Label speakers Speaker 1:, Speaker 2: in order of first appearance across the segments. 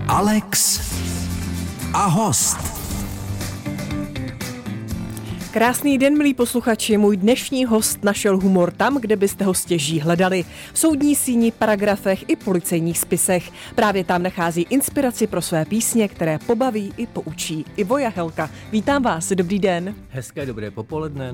Speaker 1: Alex a host.
Speaker 2: Krásný den, milí posluchači. Můj dnešní host našel humor tam, kde byste ho stěží hledali. V soudní síni, paragrafech i policejních spisech. Právě tam nachází inspiraci pro své písně, které pobaví i poučí. Ivo Jahelka, vítám vás, dobrý den.
Speaker 3: Hezké dobré popoledne.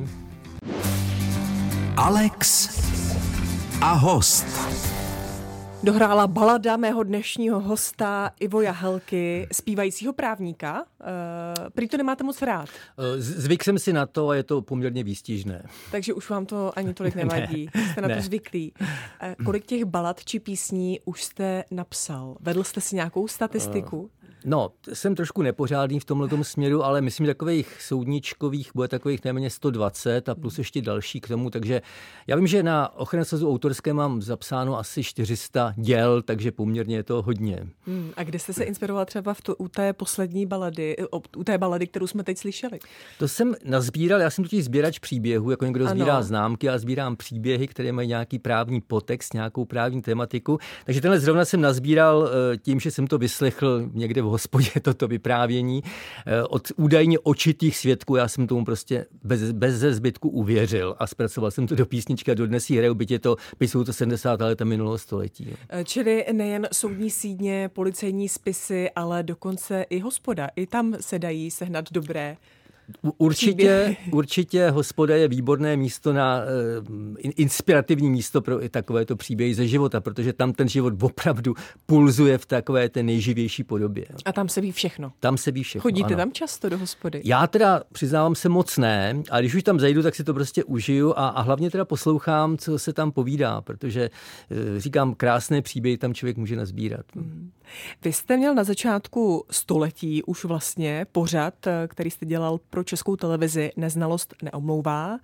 Speaker 1: Alex a host.
Speaker 2: Dohrála balada mého dnešního hosta Ivo Jahelky, zpívajícího právníka. Prý to nemáte moc rád.
Speaker 3: Zvyk jsem si na to a je to poměrně výstižné.
Speaker 2: Takže už vám to ani tolik nevadí. Jste na to zvyklí. Kolik těch balad či písní už jste napsal? Vedl jste si nějakou statistiku?
Speaker 3: No, jsem trošku nepořádný v tomhletom směru, ale myslím, že takových soudničkových bude takových nejméně 120 a plus ještě další k tomu, takže já vím, že na ochraně svazu autorské mám zapsáno asi 400 děl, takže poměrně je to hodně.
Speaker 2: A kde jste se inspiroval třeba u té poslední balady, u té balady, kterou jsme teď slyšeli?
Speaker 3: To jsem nazbíral, já jsem totiž sbírač příběhů, jako někdo sbírá známky, a sbírám příběhy, které mají nějaký právní podtext, nějakou právní tematiku, takže tenhle zrovna jsem nazbíral tím, že jsem to vyslechl někde v hospodě, toto vyprávění od údajně očitých svědků. Já jsem tomu prostě bez zbytku uvěřil a zpracoval jsem to do písničky a dodnes ji hraju, byť jsou to 70. léta minulého století.
Speaker 2: Čili nejen soudní síně, policejní spisy, ale dokonce i hospoda. I tam se dají sehnat dobré.
Speaker 3: Určitě hospoda je výborné místo na inspirativní místo pro i takovéto příběhy ze života, protože tam ten život opravdu pulzuje v takové té nejživější podobě.
Speaker 2: A tam se ví všechno.
Speaker 3: Tam se ví všechno.
Speaker 2: Chodíte tam často do hospody?
Speaker 3: Já teda přiznávám se moc ne, a když už tam zajdu, tak si to prostě užiju a hlavně teda poslouchám, co se tam povídá, protože říkám, krásné příběhy tam člověk může nazbírat.
Speaker 2: Vy jste měl na začátku století už vlastně pořad, který jste dělal pro Českou televizi, Neznalost neomlouvá.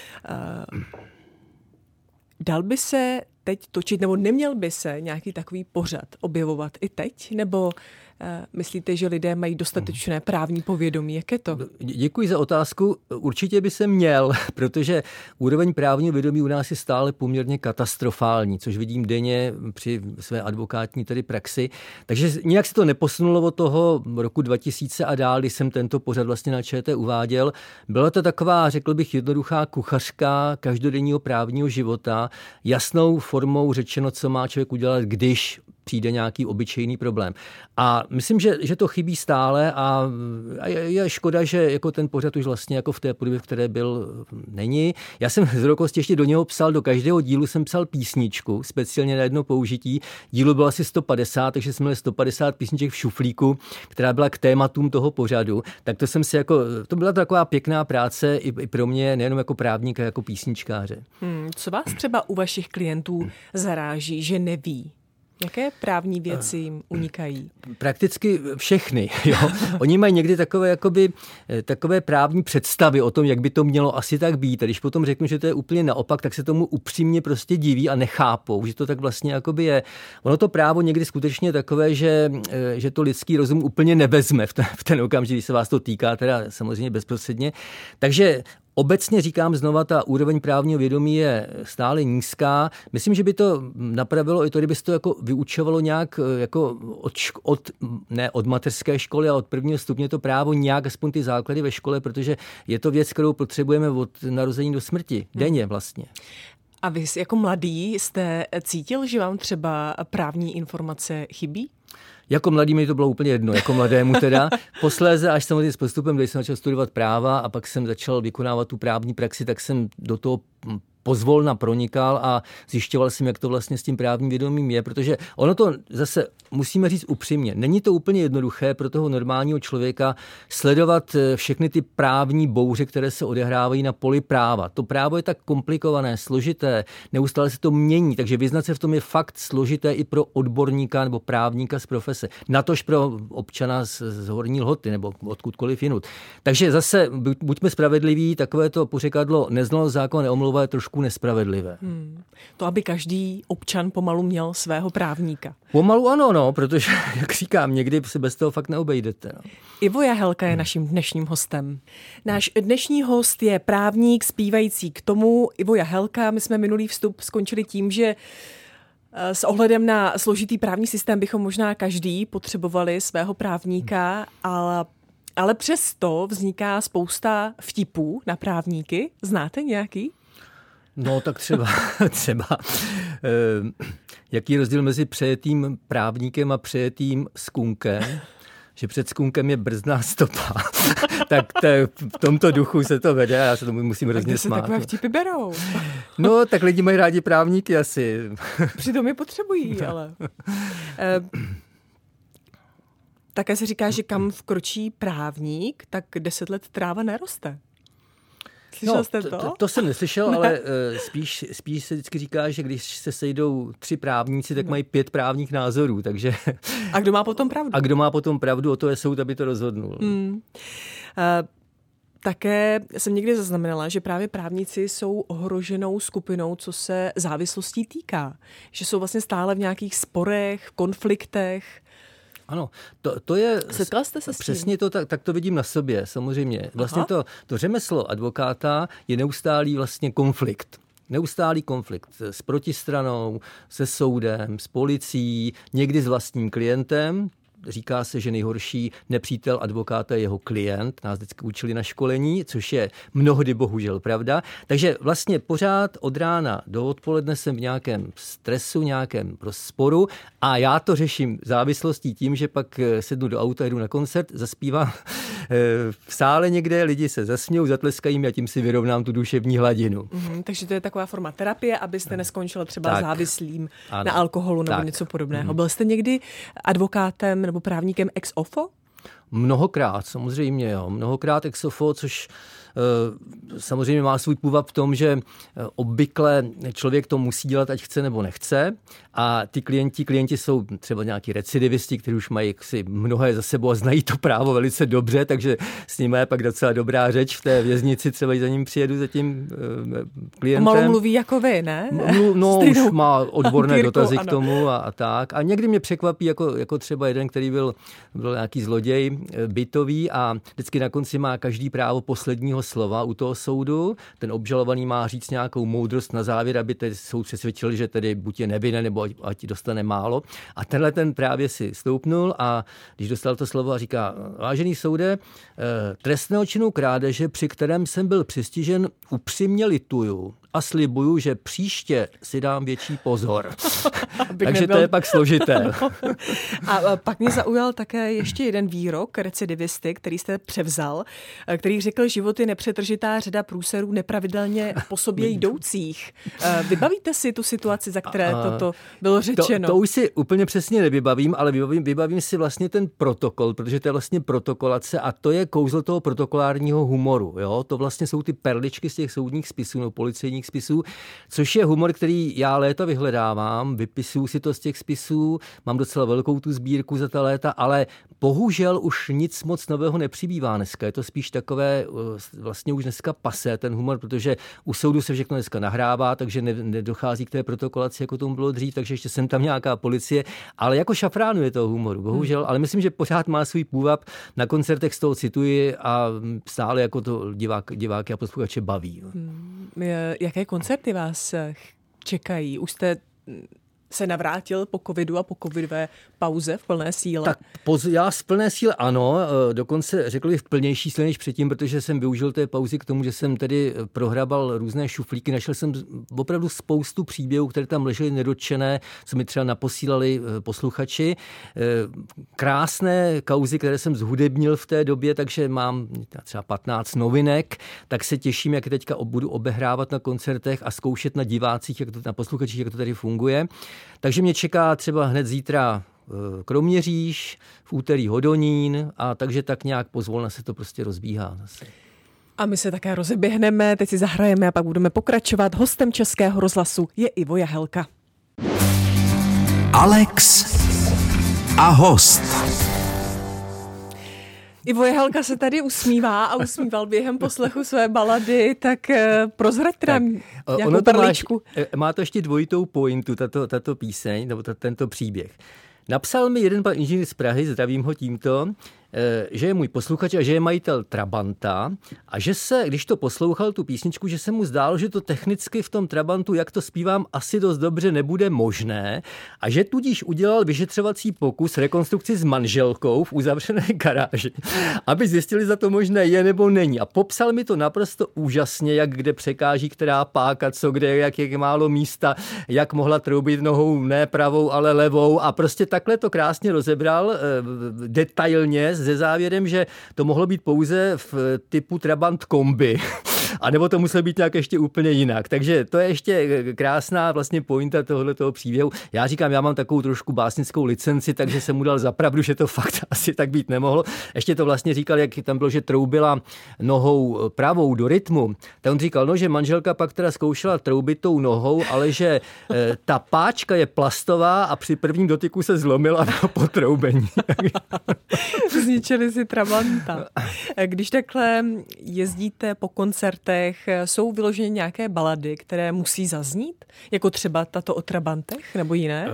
Speaker 2: Dal by se teď točit, nebo neměl by se nějaký takový pořad objevovat i teď? Nebo myslíte, že lidé mají dostatečné právní povědomí? Jak je to?
Speaker 3: Děkuji za otázku. Určitě by se měl, protože úroveň právního vědomí u nás je stále poměrně katastrofální, což vidím denně při své advokátní tedy praxi. Takže nějak se to neposunulo od toho roku 2000 a dál, když jsem tento pořad vlastně na ČT uváděl. Byla to taková, řekl bych, jednoduchá kuchařka každodenního právního života, jasnou formou řečeno, co má člověk udělat, když přijde nějaký obyčejný problém. A myslím, že to chybí stále a je škoda, že jako ten pořad už vlastně jako v té podobě, v které byl, není. Já jsem z rokosti ještě do něho psal, do každého dílu jsem psal písničku, speciálně na jedno použití. Dílu bylo asi 150, takže jsme měli 150 písniček v šuflíku, která byla k tématům toho pořadu. Tak to jsem si to byla taková pěkná práce i pro mě, nejenom jako právníka, jako písničkáře.
Speaker 2: Co vás třeba u vašich klientů zaráží, že neví? Jaké právní věci jim unikají?
Speaker 3: Prakticky všechny. Jo. Oni mají někdy takové právní představy o tom, jak by to mělo asi tak být. A když potom řeknu, že to je úplně naopak, tak se tomu upřímně prostě diví a nechápou, že to tak vlastně jakoby je. Ono to právo někdy skutečně takové, že to lidský rozum úplně nevezme v ten okamžik, když se vás to týká, teda samozřejmě bezprostředně. Takže obecně říkám znova, ta úroveň právního vědomí je stále nízká. Myslím, že by to napravilo i to, kdyby se to jako vyučovalo nějak jako od mateřské školy a od prvního stupně to právo nějak aspoň ty základy ve škole, protože je to věc, kterou potřebujeme od narození do smrti. Denně vlastně.
Speaker 2: A vy jako mladý jste cítil, že vám třeba právní informace chybí?
Speaker 3: Jako mladý mi to bylo úplně jedno, jako mladému teda. Posléze, až samozřejmě s postupem, když jsem začal studovat práva a pak jsem začal vykonávat tu právní praxi, tak jsem do toho pozvolna pronikal a zjišťoval jsem, jak to vlastně s tím právním vědomím je, protože ono to zase, musíme říct upřímně, není to úplně jednoduché pro toho normálního člověka sledovat všechny ty právní bouře, které se odehrávají na poli práva. To právo je tak komplikované, složité, neustále se to mění, takže vyznat se v tom je fakt složité i pro odborníka nebo právníka z profese. Natož pro občana z Horní Lhoty nebo odkudkoliv jinut. Takže zase buďme spravedliví, takové to pořekadlo neznalost zákona neomlouvá je trošku nespravedlivé.
Speaker 2: To, aby každý občan pomalu měl svého právníka.
Speaker 3: Pomalu ano, no, protože, jak říkám, někdy se bez toho fakt neobejdete. No.
Speaker 2: Ivo Jahelka je naším dnešním hostem. Náš dnešní host je právník zpívající k tomu Ivo Jahelka. My jsme minulý vstup skončili tím, že S ohledem na složitý právní systém bychom možná každý potřebovali svého právníka, ale přesto vzniká spousta vtipů na právníky. Znáte nějaký?
Speaker 3: No tak třeba jaký je rozdíl mezi přejetým právníkem a přejetým skunkem? Že před skunkem je brzdná stopa. Tak v tomto duchu se to vede a já se tomu musím hrozně smát.
Speaker 2: Kde se takové vtipy berou?
Speaker 3: No, tak lidi mají rádi právníky asi.
Speaker 2: Přitom je potřebují, ale... Také se říká, že kam vkročí právník, tak 10 let tráva neroste. Slyšel jste to?
Speaker 3: To jsem neslyšel, ne. Ale spíš se vždycky říká, že když se sejdou 3 právníci, tak mají 5 právních názorů. Takže...
Speaker 2: A kdo má potom pravdu?
Speaker 3: A kdo má potom pravdu, o to je soud, aby to rozhodnul.
Speaker 2: Také jsem někdy zaznamenala, že právě právníci jsou ohroženou skupinou, co se závislostí týká. Že jsou vlastně stále v nějakých sporech, konfliktech.
Speaker 3: Ano, to je...
Speaker 2: Setkal jste se s tím?
Speaker 3: Přesně to, tak to vidím na sobě, samozřejmě. Vlastně to řemeslo advokáta je neustálý vlastně konflikt. Neustálý konflikt s protistranou, se soudem, s policií, někdy s vlastním klientem. Říká se, že nejhorší nepřítel advokáta je jeho klient. Nás vždycky učili na školení, což je mnohdy bohužel pravda. Takže vlastně pořád od rána do odpoledne jsem v nějakém stresu, nějakém rozporu a já to řeším závislostí tím, že pak sednu do auta, jdu na koncert, zaspívám v sále někde, lidi se zasmějou, zatleskají mi a tím si vyrovnám tu duševní hladinu.
Speaker 2: Takže to je taková forma terapie, abyste neskončil třeba závislým na alkoholu nebo něco podobného. Byl jste někdy advokátem nebo právníkem ex ofo?
Speaker 3: Mnohokrát, samozřejmě, jo. Mnohokrát ex ofo, což samozřejmě má svůj půvab v tom, že obvykle člověk to musí dělat, ať chce nebo nechce. A ty klienti jsou třeba nějaký recidivisti, kteří už mají mnohé za sebou a znají to právo velice dobře, takže s nimi je pak docela dobrá řeč v té věznici, třeba za ním přijedu za tím klientem.
Speaker 2: Pomalu mluví jako vy, ne?
Speaker 3: No už má odborné dotazy k tomu a tak. A někdy mě překvapí, jako třeba jeden, který byl nějaký zloděj bytový a vždycky na konci má každý právo posledního slova u toho soudu. Ten obžalovaný má říct nějakou moudrost na závěr, aby ten soud přesvědčil, že tedy buď je nevinen, nebo ať dostane málo. A tenhle ten právě si stoupnul a když dostal to slovo a říká: vážený soude, trestného činu krádeže, při kterém jsem byl přistižen, upřímně lituju a slibuju, že příště si dám větší pozor. Takže to je pak složité.
Speaker 2: A pak mě zaujal také ještě jeden výrok recidivisty, který jste převzal, který řekl: život je nepřetržitá řada průserů nepravidelně po sobě jdoucích. Vybavíte si tu situaci, za které toto bylo řečeno?
Speaker 3: To už si úplně přesně nevybavím, ale vybavím si vlastně ten protokol, protože to je vlastně protokolace a to je kouzlo toho protokolárního humoru. Jo? To vlastně jsou ty perličky z těch soudních spisů nebo policejních spisů, což je humor, který já léta vyhledávám, vypisuju si to z těch spisů, mám docela velkou tu sbírku za ta léta, ale bohužel už nic moc nového nepřibývá dneska. Je to spíš takové vlastně už dneska pasé ten humor, protože u soudu se všechno dneska nahrává, takže nedochází k té protokolaci, jako tomu bylo dřív, takže ještě sem tam nějaká policie, ale jako šafránuje toho humoru, bohužel, ale myslím, že pořád má svůj půvab. Na koncertech z toho cituji a stále jako to diváky a posluchače baví.
Speaker 2: Jaké koncerty vás čekají? Už jste se navrátil po covidu a po covidové pauze v plné síle?
Speaker 3: Tak já v plné síle ano, dokonce řekl bych v plnější síle než předtím, protože jsem využil té pauzy k tomu, že jsem tedy prohrabal různé šuflíky, našel jsem opravdu spoustu příběhů, které tam ležely nedotčené, co mi třeba naposílali posluchači. Krásné kauzy, které jsem zhudebnil v té době, takže mám třeba 15 novinek, tak se těším, jak teďka budu obehrávat na koncertech a zkoušet na divácích, na posluchačích, jak to tady funguje. Takže mě čeká třeba hned zítra Kroměříž, v úterý Hodonín a takže tak nějak pozvolna se to prostě rozbíhá zase.
Speaker 2: A my se také rozeběhneme, teď si zahrajeme a pak budeme pokračovat. Hostem Českého rozhlasu je Ivo Jahelka.
Speaker 1: Alex a host.
Speaker 2: Ivo Jahelka se tady usmívá a usmíval během poslechu své balady, tak prozraďte nám nějakou perličku.
Speaker 3: Má to ještě dvojitou pointu, tato píseň, nebo tento příběh. Napsal mi jeden pan inženýr z Prahy, zdravím ho tímto, že je můj posluchač a že je majitel Trabanta a že se, když to poslouchal tu písničku, že se mu zdálo, že to technicky v tom Trabantu, jak to zpívám, asi dost dobře nebude možné a že tudíž udělal vyšetřovací pokus rekonstrukci s manželkou v uzavřené garáži, aby zjistili, zda to možné je nebo není. A popsal mi to naprosto úžasně, jak kde překáží, která páka, co kde, jak je málo místa, jak mohla troubit nohou ne pravou, ale levou a prostě takhle to krásně rozebral detailně se závěrem, že to mohlo být pouze v typu Trabant kombi. A nebo to muselo být nějak ještě úplně jinak. Takže to je ještě krásná vlastně pointa tohoto příběhu. Já říkám, já mám takovou trošku básnickou licenci, takže jsem mu dal za pravdu, že to fakt asi tak být nemohlo. Ještě to vlastně říkal, jak tam bylo, že troubila nohou pravou do rytmu. Tak on říkal, no, že manželka pak teda zkoušela troubit tou nohou, ale že ta páčka je plastová a při prvním dotyku se zlomila po troubení.
Speaker 2: Zničili si Trabanta. Když takhle jezdíte po koncertech, jsou vyloženě nějaké balady, které musí zaznít? Jako třeba tato o Trabantech nebo jiné?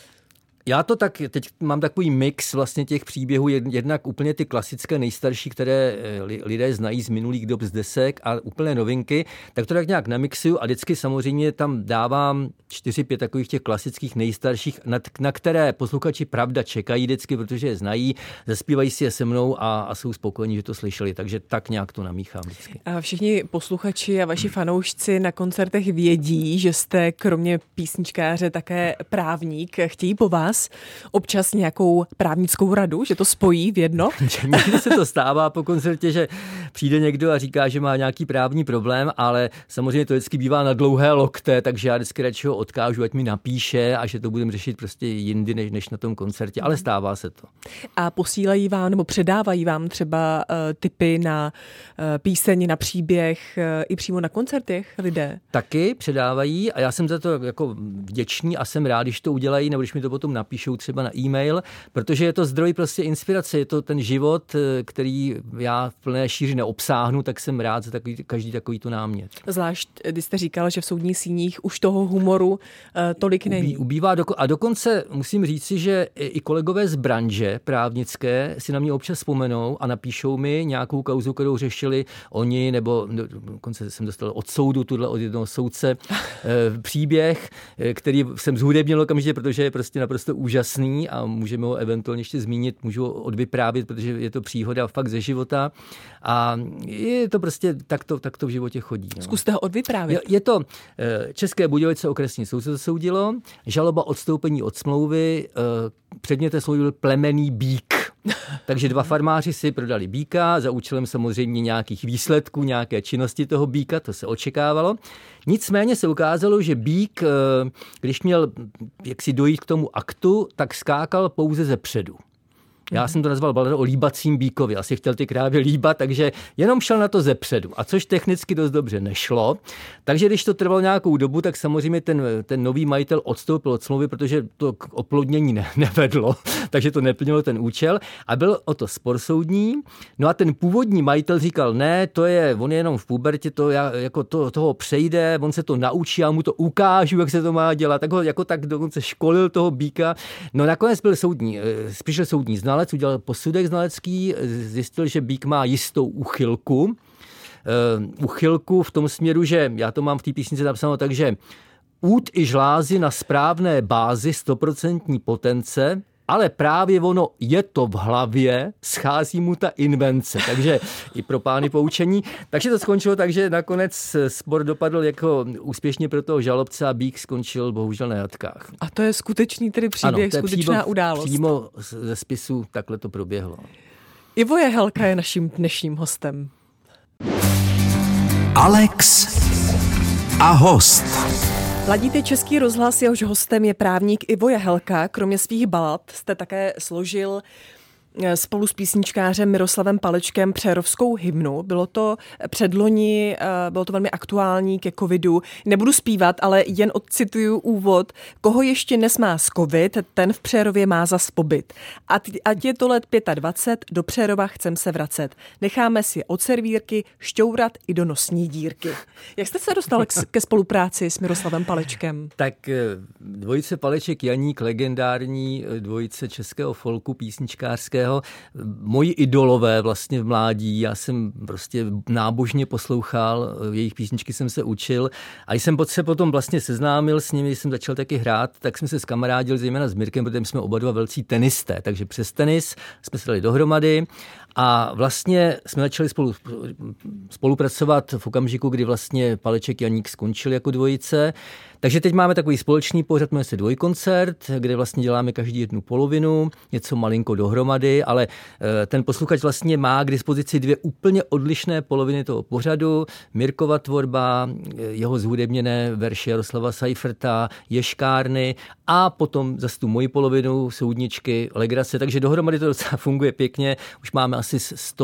Speaker 3: Já to tak, teď mám takový mix vlastně těch příběhů, jednak úplně ty klasické nejstarší, které lidé znají z minulých dob z desek a úplné novinky, tak to tak nějak namixuju a vždycky samozřejmě tam dávám 4-5 takových těch klasických nejstarších, na které posluchači pravda čekají vždycky, protože je znají, zaspívají si je se mnou a jsou spokojení, že to slyšeli, takže tak nějak to namíchám vždycky.
Speaker 2: A všichni posluchači a vaši fanoušci na koncertech vědí, že jste kromě písničkáře také právník. Chtějí po vás občas nějakou právnickou radu, že to spojí v jedno?
Speaker 3: Někdy se to stává po koncertě, že přijde někdo a říká, že má nějaký právní problém, ale samozřejmě to vždycky bývá na dlouhé lokte, takže já vždycky radši ho odkážu, ať mi napíše a že to budeme řešit prostě jindy než na tom koncertě, ale stává se to.
Speaker 2: A posílají vám nebo předávají vám třeba tipy na píseň, na příběh i přímo na koncertech lidé?
Speaker 3: Taky předávají a já jsem za to jako vděčný a jsem rád, když to udělají, nebo když mi to potom napíšou třeba na e-mail, protože je to zdroj prostě inspirace, je to ten život, který já v plné šíři neobsáhnu, tak jsem rád za každý takovýto námět.
Speaker 2: Zvlášť, když jste říkal, že v soudních síních už toho humoru tolik není.
Speaker 3: Ubývá a dokonce musím říci, že i kolegové z branže právnické si na mě občas vzpomenou a napíšou mi nějakou kauzu, kterou řešili oni, nebo dokonce jsem dostal od soudu, tuhle od jednoho soudce, příběh, který jsem zhudebnil okamžitě, protože je prostě naprosto úžasný a můžeme ho eventuálně ještě zmínit, můžu ho odvyprávět, protože je to příhoda fakt ze života a je to prostě tak to v životě chodí. No.
Speaker 2: Zkuste ho odvyprávět.
Speaker 3: Je to České Budějovice okresní soud se to soudilo, žaloba odstoupení od smlouvy, předmětem smlouvy byl plemenný býk. Takže dva farmáři si prodali býka za účelem samozřejmě nějakých výsledků, nějaké činnosti toho býka, to se očekávalo. Nicméně se ukázalo, že býk, když měl jaksi dojít k tomu aktu, tak skákal pouze ze předu. Já jsem to nazval baladu o líbacím býkovi. Asi chtěl ty krávy líbat, takže jenom šel na to zepředu. A což technicky dost dobře nešlo. Takže když to trvalo nějakou dobu, tak samozřejmě ten nový majitel odstoupil od smlouvy, protože to k oplodnění nevedlo, takže to neplnilo ten účel. A byl o to spor soudní. No a ten původní majitel říkal, ne, on je jenom v pubertě, toho přejde, on se to naučí, já mu to ukážu, jak se to má dělat. Tak ho jako tak dokonce školil toho býka. No nakonec přišel soudní znalec, udělal posudek znalecký, zjistil, že býk má jistou úchylku. Úchylku v tom směru, že já to mám v té písnici napsáno tak, že út i žlázy na správné bázi 100% potence, ale právě ono je to v hlavě, schází mu ta invence, takže i pro pány poučení. Takže to skončilo tak, že nakonec spor dopadl jako úspěšně pro toho žalobce a býk skončil bohužel na jatkách.
Speaker 2: A to je skutečný tedy příběh, ano, skutečná událost.
Speaker 3: Přímo ze spisu takhle to proběhlo.
Speaker 2: Ivo Jehelka je naším dnešním hostem.
Speaker 1: Alex a host.
Speaker 2: Ladíte Český rozhlas, jehož hostem je právník Ivo Jehelka. Kromě svých balad jste také složil spolu s písničkářem Miroslavem Palečkem přerovskou hymnu. Bylo to předloni, bylo to velmi aktuální ke covidu. Nebudu zpívat, ale jen odcituju úvod. Koho ještě nesmá z covid, ten v Přerově má zas pobyt. Ať je to let 25, do Přerova chcem se vracet. Necháme si od servírky šťourat i do nosní dírky. Jak jste se dostal ke spolupráci s Miroslavem Palečkem?
Speaker 3: Tak dvojice Paleček Janík, legendární dvojice českého folku písničkářské, Stropnického. Moji idolové vlastně v mládí, já jsem prostě nábožně poslouchal, jejich písničky jsem se učil a když jsem se potom vlastně seznámil s nimi, když jsem začal taky hrát, tak jsme se skamarádili zejména s Mirkem, protože jsme oba dva velcí tenisté, takže přes tenis jsme se dali dohromady a vlastně jsme začali spolupracovat v okamžiku, kdy vlastně Paleček Janík skončil jako dvojice. Takže teď máme takový společný pořad, jmenuje se Dvojkoncert, kde vlastně děláme každý jednu polovinu, něco malinko dohromady, ale ten posluchač vlastně má k dispozici dvě úplně odlišné poloviny toho pořadu. Mirkova tvorba, jeho zhudebněné verše Jaroslava Seiferta, Ješkárny a potom zase tu moji polovinu, Soudničky, Legrace, takže dohromady to docela funguje pěkně. Už máme asi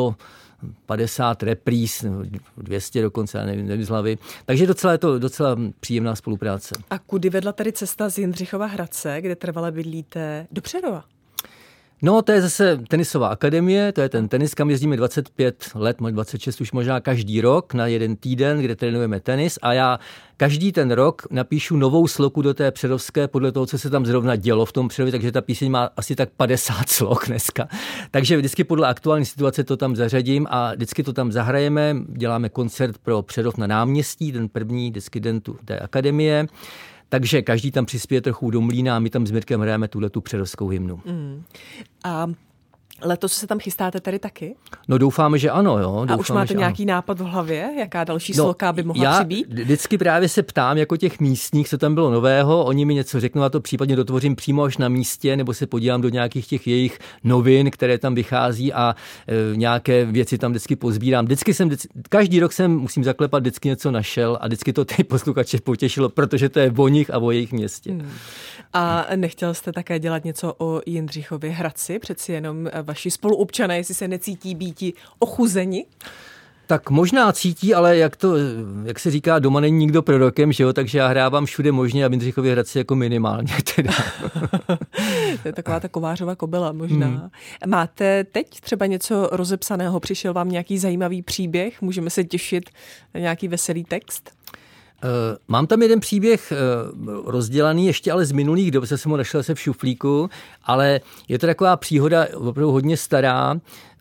Speaker 3: 150 repríz, 200 dokonce, já nevím z hlavy. Takže je to docela příjemná spolupráce.
Speaker 2: A kudy vedla tady cesta z Jindřichova Hradce, kde trvale bydlíte, do Přerova?
Speaker 3: No, to je zase tenisová akademie, to je ten tenis, kam jezdíme 25 let, 26 už možná každý rok na jeden týden, kde trénujeme tenis a já každý ten rok napíšu novou sloku do té přerovské podle toho, co se tam zrovna dělo v tom Přerově, takže ta píseň má asi tak 50 slok dneska. Takže vždycky podle aktuální situace to tam zařadím a vždycky to tam zahrajeme, děláme koncert pro Přerov na náměstí, ten první vždycky den té akademie. Takže každý tam přispěje trochu do mlýna a my tam s Mirkem hrajeme tu přerovskou hymnu.
Speaker 2: A letos se tam chystáte tady taky?
Speaker 3: No doufáme, že ano. Jo.
Speaker 2: A už máte nějaký nápad v hlavě? Jaká další sloka by mohla přibýt?
Speaker 3: Já vždycky právě se ptám jako těch místních, co tam bylo nového, oni mi něco řeknou a to případně dotvořím přímo až na místě, nebo se podívám do nějakých těch jejich novin, které tam vychází a nějaké věci tam vždycky pozbírám. Každý rok jsem, musím zaklepat, vždycky něco našel a vždycky to ty posluchače potěšilo, protože to je o nich a o jejich městě.
Speaker 2: A nechtěl jste také dělat něco o Jindřichově Hradci? Přeci jenom vaši spoluobčané, jestli se necítí býti ochuzeni?
Speaker 3: Tak možná cítí, ale jak se říká, doma není nikdo prorokem, že jo? Takže já hrávám všude možně a v Jindřichově Hradci jako minimálně. Teda.
Speaker 2: To je taková ta kovářova kobyla možná. Máte teď třeba něco rozepsaného? Přišel vám nějaký zajímavý příběh? Můžeme se těšit na nějaký veselý text?
Speaker 3: Mám tam jeden příběh rozdělaný ještě ale z minulých dob, jsem ho našel se v šuflíku, ale je to taková příhoda opravdu hodně stará.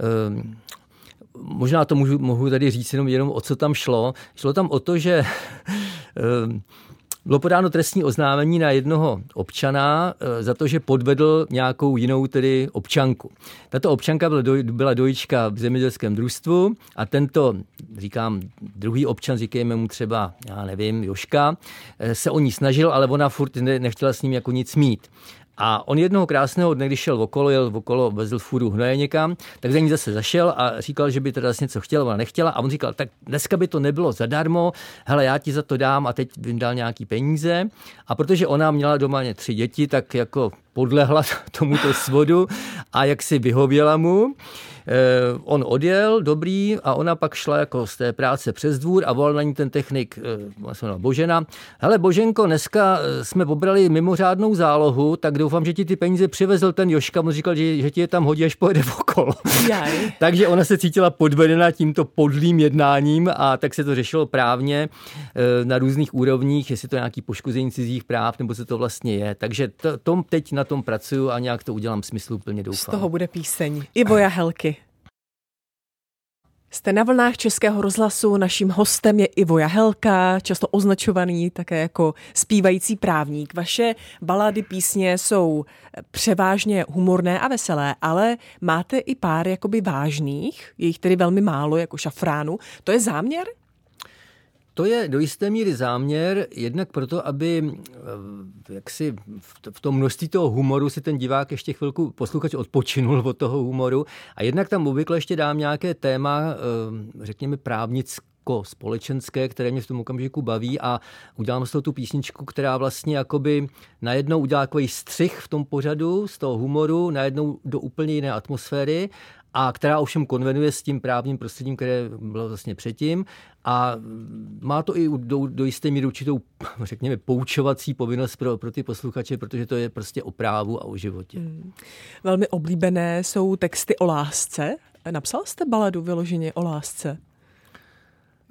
Speaker 3: Možná to mohu tady říct jenom o co tam šlo. Šlo tam o to, že bylo podáno trestní oznámení na jednoho občana za to, že podvedl nějakou jinou tedy občanku. Tato občanka byla dojička v zemědělském družstvu a tento, říkám, druhý občan, říkejme mu třeba, já nevím, Joška, se o ní snažil, ale ona furt nechtěla s ním jako nic mít. A on jednoho krásného dne, když jel okolo, vezl furu hnoje někam, tak za ní zase zašel a říkal, že by teda něco chtěl, ona nechtěla. A on říkal, tak dneska by to nebylo zadarmo, hele, já ti za to dám a teď by dal nějaký peníze. A protože ona měla doma 3 děti, tak jako podlehla tomuto svodu a jak si vyhověla mu. On odjel, dobrý, a ona pak šla jako z té práce přes dvůr a volal na ní ten technik, Božena. Hele Boženko, dneska jsme pobrali mimořádnou zálohu, tak doufám, že ti ty peníze přivezl ten Joška, on říkal, že ti je tam hodí, až pojede okolo. Takže ona se cítila podvedena tímto podlým jednáním a tak se to řešilo právně na různých úrovních, jestli to nějaký poškození cizích práv, nebo co to vlastně je. Takže teď na tom pracuju a nějak to udělám smysluplně, doufám.
Speaker 2: Z toho bude píseň. Ivo Jahelky. Jste na vlnách Českého rozhlasu, naším hostem je Ivo Jahelka, často označovaný také jako zpívající právník. Vaše balady, písně jsou převážně humorné a veselé, ale máte i pár jakoby vážných, je jich tedy velmi málo, jako Šafránu. To je záměr?
Speaker 3: To je do jisté míry záměr, jednak proto, aby jaksi v tom množství toho humoru si ten divák ještě chvilku posluchač odpočinul od toho humoru a jednak tam obvykle ještě dám nějaké téma, řekněme právnicko-společenské, které mě v tom okamžiku baví a udělám z toho tu písničku, která vlastně jakoby najednou udělá takový střih v tom pořadu z toho humoru, najednou do úplně jiné atmosféry a která ovšem konvenuje s tím právním prostředím, které bylo vlastně předtím. A má to i do jisté míry určitou, řekněme, poučovací povinnost pro ty posluchače, protože to je prostě o právu a o životě.
Speaker 2: Velmi oblíbené jsou texty o lásce. Napsal jste baladu vyloženě o lásce?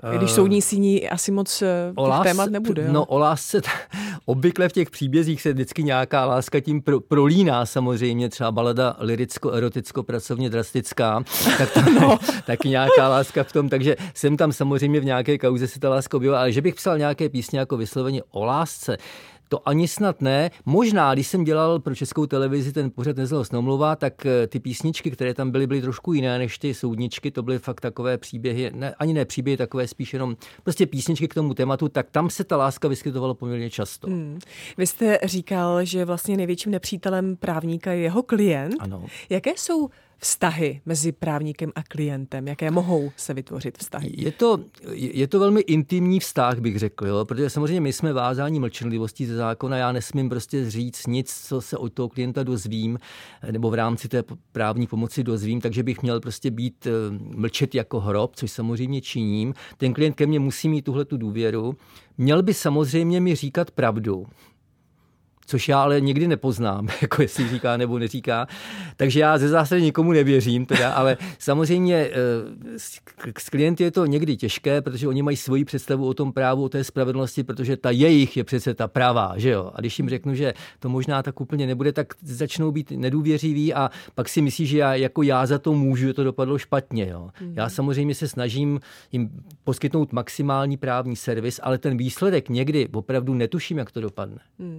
Speaker 2: Když soudní síni asi moc těch témat nebude.
Speaker 3: No o lásce, obvykle v těch příbězích se vždycky nějaká láska tím prolíná samozřejmě, třeba balada liricko-eroticko-pracovně drastická, tak tam taky nějaká láska v tom, takže jsem tam samozřejmě v nějaké kauze si ta láska objevila, ale že bych psal nějaké písně jako vysloveně o lásce, to ani snad ne. Možná, když jsem dělal pro Českou televizi ten pořad Nezlelost neomlouvá, tak ty písničky, které tam byly trošku jiné než ty soudničky, to byly fakt takové příběhy, ani ne příběhy, takové spíš jenom prostě písničky k tomu tématu, tak tam se ta láska vyskytovala poměrně často.
Speaker 2: Vy jste říkal, že vlastně největším nepřítelem právníka je jeho klient.
Speaker 3: Ano.
Speaker 2: Jaké jsou vztahy mezi právníkem a klientem? Jaké mohou se vytvořit vztahy?
Speaker 3: Je to velmi intimní vztah, bych řekl, jo? Protože samozřejmě my jsme vázáni mlčenlivostí ze zákona, já nesmím prostě říct nic, co se od toho klienta dozvím, nebo v rámci té právní pomoci dozvím, takže bych měl prostě být mlčet jako hrob, což samozřejmě činím. Ten klient ke mně musí mít tuhletu důvěru. Měl by samozřejmě mi říkat pravdu, což já ale nikdy nepoznám, jako jestli říká nebo neříká. Takže já ze zásady nikomu nevěřím, ale samozřejmě s klienty je to někdy těžké, protože oni mají svoji představu o tom právu, o té spravedlnosti, protože ta jejich je přece ta pravá, že jo? A když jim řeknu, že to možná tak úplně nebude, tak začnou být nedůvěřiví a pak si myslí, že já za to můžu, že to dopadlo špatně, jo? Já samozřejmě se snažím jim poskytnout maximální právní servis, ale ten výsledek někdy opravdu netuším, jak to dopadne.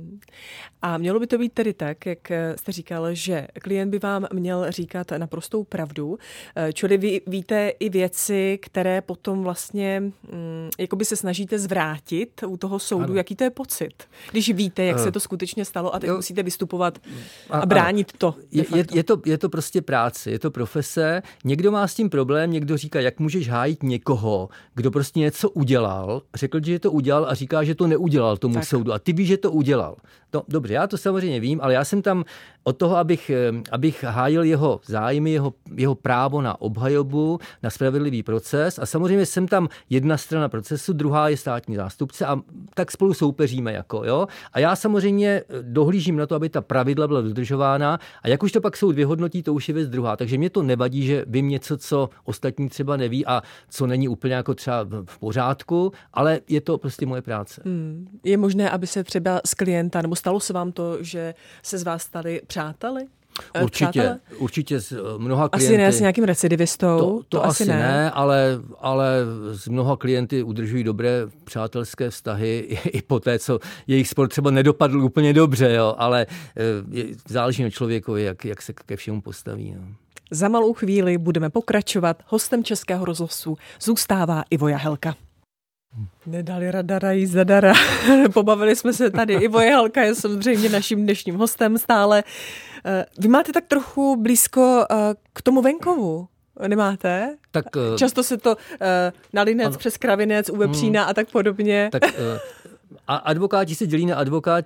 Speaker 2: A mělo by to být tedy tak, jak jste říkal, že klient by vám měl říkat naprostou pravdu, čili vy víte i věci, které potom vlastně jakoby se snažíte zvrátit u toho soudu. Ano. Jaký to je pocit, když víte, jak se to skutečně stalo a teď musíte vystupovat a bránit to?
Speaker 3: Je to prostě práce, je to profese. Někdo má s tím problém, někdo říká, jak můžeš hájit někoho, kdo prostě něco udělal, řekl, že to udělal a říká, že to neudělal tomu soudu a ty víš, že to udělal. No, dobře, já to samozřejmě vím, ale já jsem tam od toho, abych hájil jeho zájmy, jeho právo na obhajobu, na spravedlivý proces a samozřejmě jsem tam jedna strana procesu, druhá je státní zástupce a tak spolu soupeříme jo. A já samozřejmě dohlížím na to, aby ta pravidla byla dodržována a jak už to pak soud vyhodnotí, to už je věc druhá. Takže mě to nevadí, že vím něco, co ostatní třeba neví a co není úplně jako třeba v pořádku, ale je to prostě moje práce.
Speaker 2: Je možné, aby se třeba z klienta, nebo stalo se vám to, že se z vás stali přáteli?
Speaker 3: Určitě s mnoha klienty.
Speaker 2: Asi ne s nějakým recidivistou?
Speaker 3: To asi ne, ale s mnoha klienty udržují dobré přátelské vztahy i po té, co jejich spor třeba nedopadl úplně dobře, jo, ale záleží na člověku, jak se ke všemu postaví. No.
Speaker 2: Za malou chvíli budeme pokračovat. Hostem Českého rozhlasu zůstává Ivo Jahelka. Nedali radara jí zadara. Pobavili jsme se tady. Ivo Jahelka je samozřejmě naším dnešním hostem stále. Vy máte tak trochu blízko k tomu venkovu. Nemáte?
Speaker 3: Tak,
Speaker 2: často se to na Linec přes Kravinec, u Vepřína a tak podobně.
Speaker 3: Tak, a advokáti se dělí na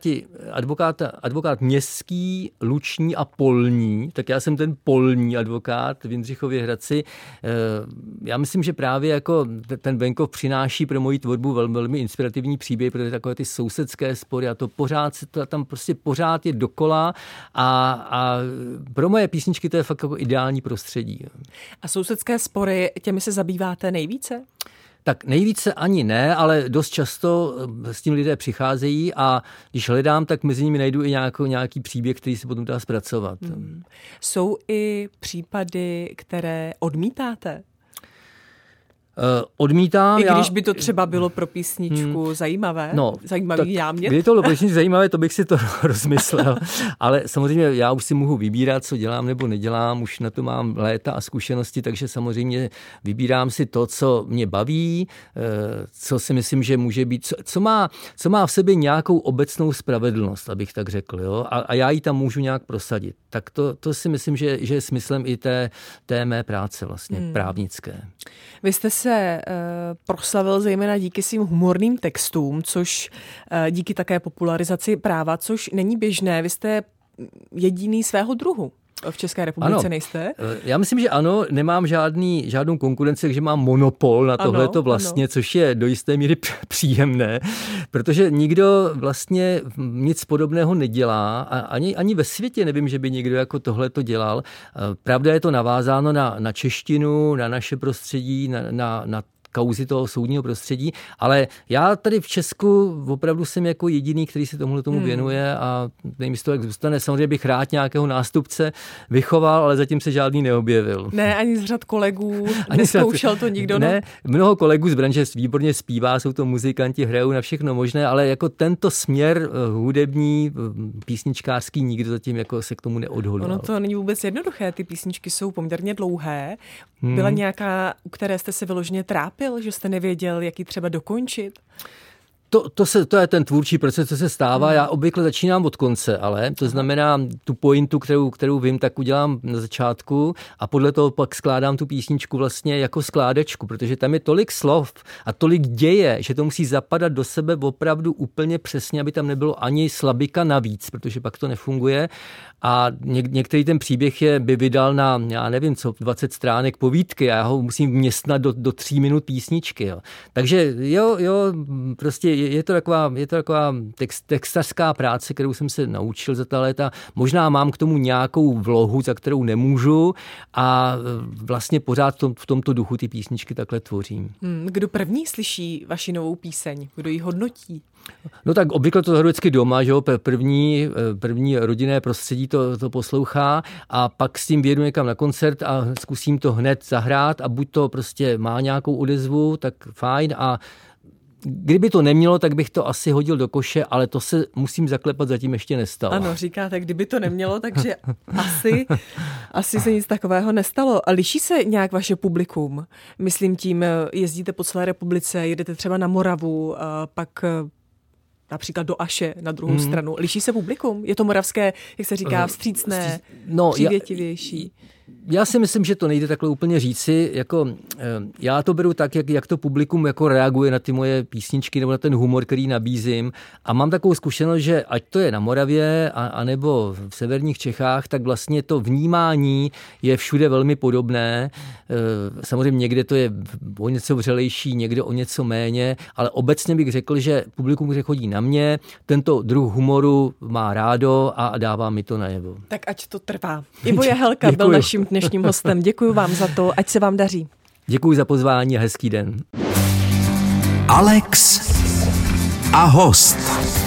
Speaker 3: advokát městský, luční a polní. Tak já jsem ten polní advokát v Jindřichově Hradci. Já myslím, že právě jako ten venkov přináší pro moji tvorbu velmi inspirativní příběh, protože takové ty sousedské spory a to tam prostě pořád je dokola a pro moje písničky to je fakt jako ideální prostředí.
Speaker 2: A sousedské spory, těmi se zabýváte nejvíce?
Speaker 3: Tak nejvíce ani ne, ale dost často s tím lidé přicházejí a když hledám, tak mezi nimi najdu i nějaký příběh, který se potom dá zpracovat.
Speaker 2: Jsou i případy, které odmítáte?
Speaker 3: Odmítám.
Speaker 2: I když by to třeba bylo pro písničku zajímavé, zajímavý námět.
Speaker 3: Kdyby to bylo pro písničku zajímavé, to bych si to rozmyslel. Ale samozřejmě já už si mohu vybírat, co dělám nebo nedělám, už na to mám léta a zkušenosti, takže samozřejmě vybírám si to, co mě baví, co si myslím, že může být, co má v sobě nějakou obecnou spravedlnost, abych tak řekl. Jo? A já ji tam můžu nějak prosadit. Tak to si myslím, že je smyslem i té mé práce vlastně právnické.
Speaker 2: Vy jste se proslavil zejména díky svým humorným textům, což díky také popularizaci práva, což není běžné. Vy jste jediný svého druhu. V České republice ano, nejste?
Speaker 3: Já myslím, že ano, nemám žádnou konkurenci, takže mám monopol na tohleto vlastně, což je do jisté míry příjemné, protože nikdo vlastně nic podobného nedělá a ani ve světě nevím, že by někdo jako tohleto dělal. Pravda je to navázáno na češtinu, na naše prostředí, na kauzy toho soudního prostředí, ale já tady v Česku opravdu jsem jako jediný, který se tomu věnuje a nevím, jestli to jak zůstane. Samozřejmě bych rád nějakého nástupce vychoval, ale zatím se žádný neobjevil.
Speaker 2: Ne, ani z řad kolegů, neskoušel to nikdo.
Speaker 3: Ne, mnoho kolegů z branže výborně zpívá, jsou to muzikanti, hrajou na všechno možné, ale jako tento směr hudební, písničkářský nikdo zatím jako se k tomu neodhodlal.
Speaker 2: Ono to není vůbec jednoduché, ty písničky jsou poměrně dlouhé. Byla nějaká, u které jste se vyloženě trápil, že jste nevěděl, jak ji třeba dokončit?
Speaker 3: To je ten tvůrčí proces, co se stává. Já obvykle začínám od konce, ale to znamená tu pointu, kterou vím, tak udělám na začátku a podle toho pak skládám tu písničku vlastně jako skládačku, protože tam je tolik slov a tolik děje, že to musí zapadat do sebe opravdu úplně přesně, aby tam nebylo ani slabika navíc, protože pak to nefunguje. A některý ten příběh by vydal na, já nevím co, 20 stránek povídky a já ho musím vměstnat do 3 minut písničky. Jo. Takže jo, prostě je to taková textařská práce, kterou jsem se naučil za ta léta. Možná mám k tomu nějakou vlohu, za kterou nemůžu a vlastně pořád v tomto duchu ty písničky takhle tvořím.
Speaker 2: Kdo první slyší vaši novou píseň? Kdo ji hodnotí?
Speaker 3: No tak obvykle to vždycky doma, že jo, první rodinné prostředí to poslouchá a pak s tím vyjedu někam na koncert a zkusím to hned zahrát a buď to prostě má nějakou odezvu, tak fajn a kdyby to nemělo, tak bych to asi hodil do koše, ale to se musím zaklepat, zatím ještě nestalo.
Speaker 2: Ano, říkáte, kdyby to nemělo, takže asi se nic takového nestalo. A liší se nějak vaše publikum? Myslím tím, jezdíte po celé republice, jedete třeba na Moravu, pak například do Aše na druhou stranu. Liší se publikum? Je to moravské, jak se říká, vstřícné, přívětivější?
Speaker 3: Já si myslím, že to nejde takhle úplně říci. Jako, já to beru tak, jak to publikum jako reaguje na ty moje písničky nebo na ten humor, který nabízím. A mám takovou zkušenost, že ať to je na Moravě anebo v severních Čechách, tak vlastně to vnímání je všude velmi podobné. Samozřejmě někde to je o něco vřelejší, někde o něco méně, ale obecně bych řekl, že publikum, které chodí na mě, tento druh humoru má rádo a dává mi to najevo.
Speaker 2: Tak ať to trvá. Ivo Jahelka byl naším dnešním hostem. Děkuji vám za to, ať se vám daří.
Speaker 3: Děkuji za pozvání a hezký den.
Speaker 1: Alex a host.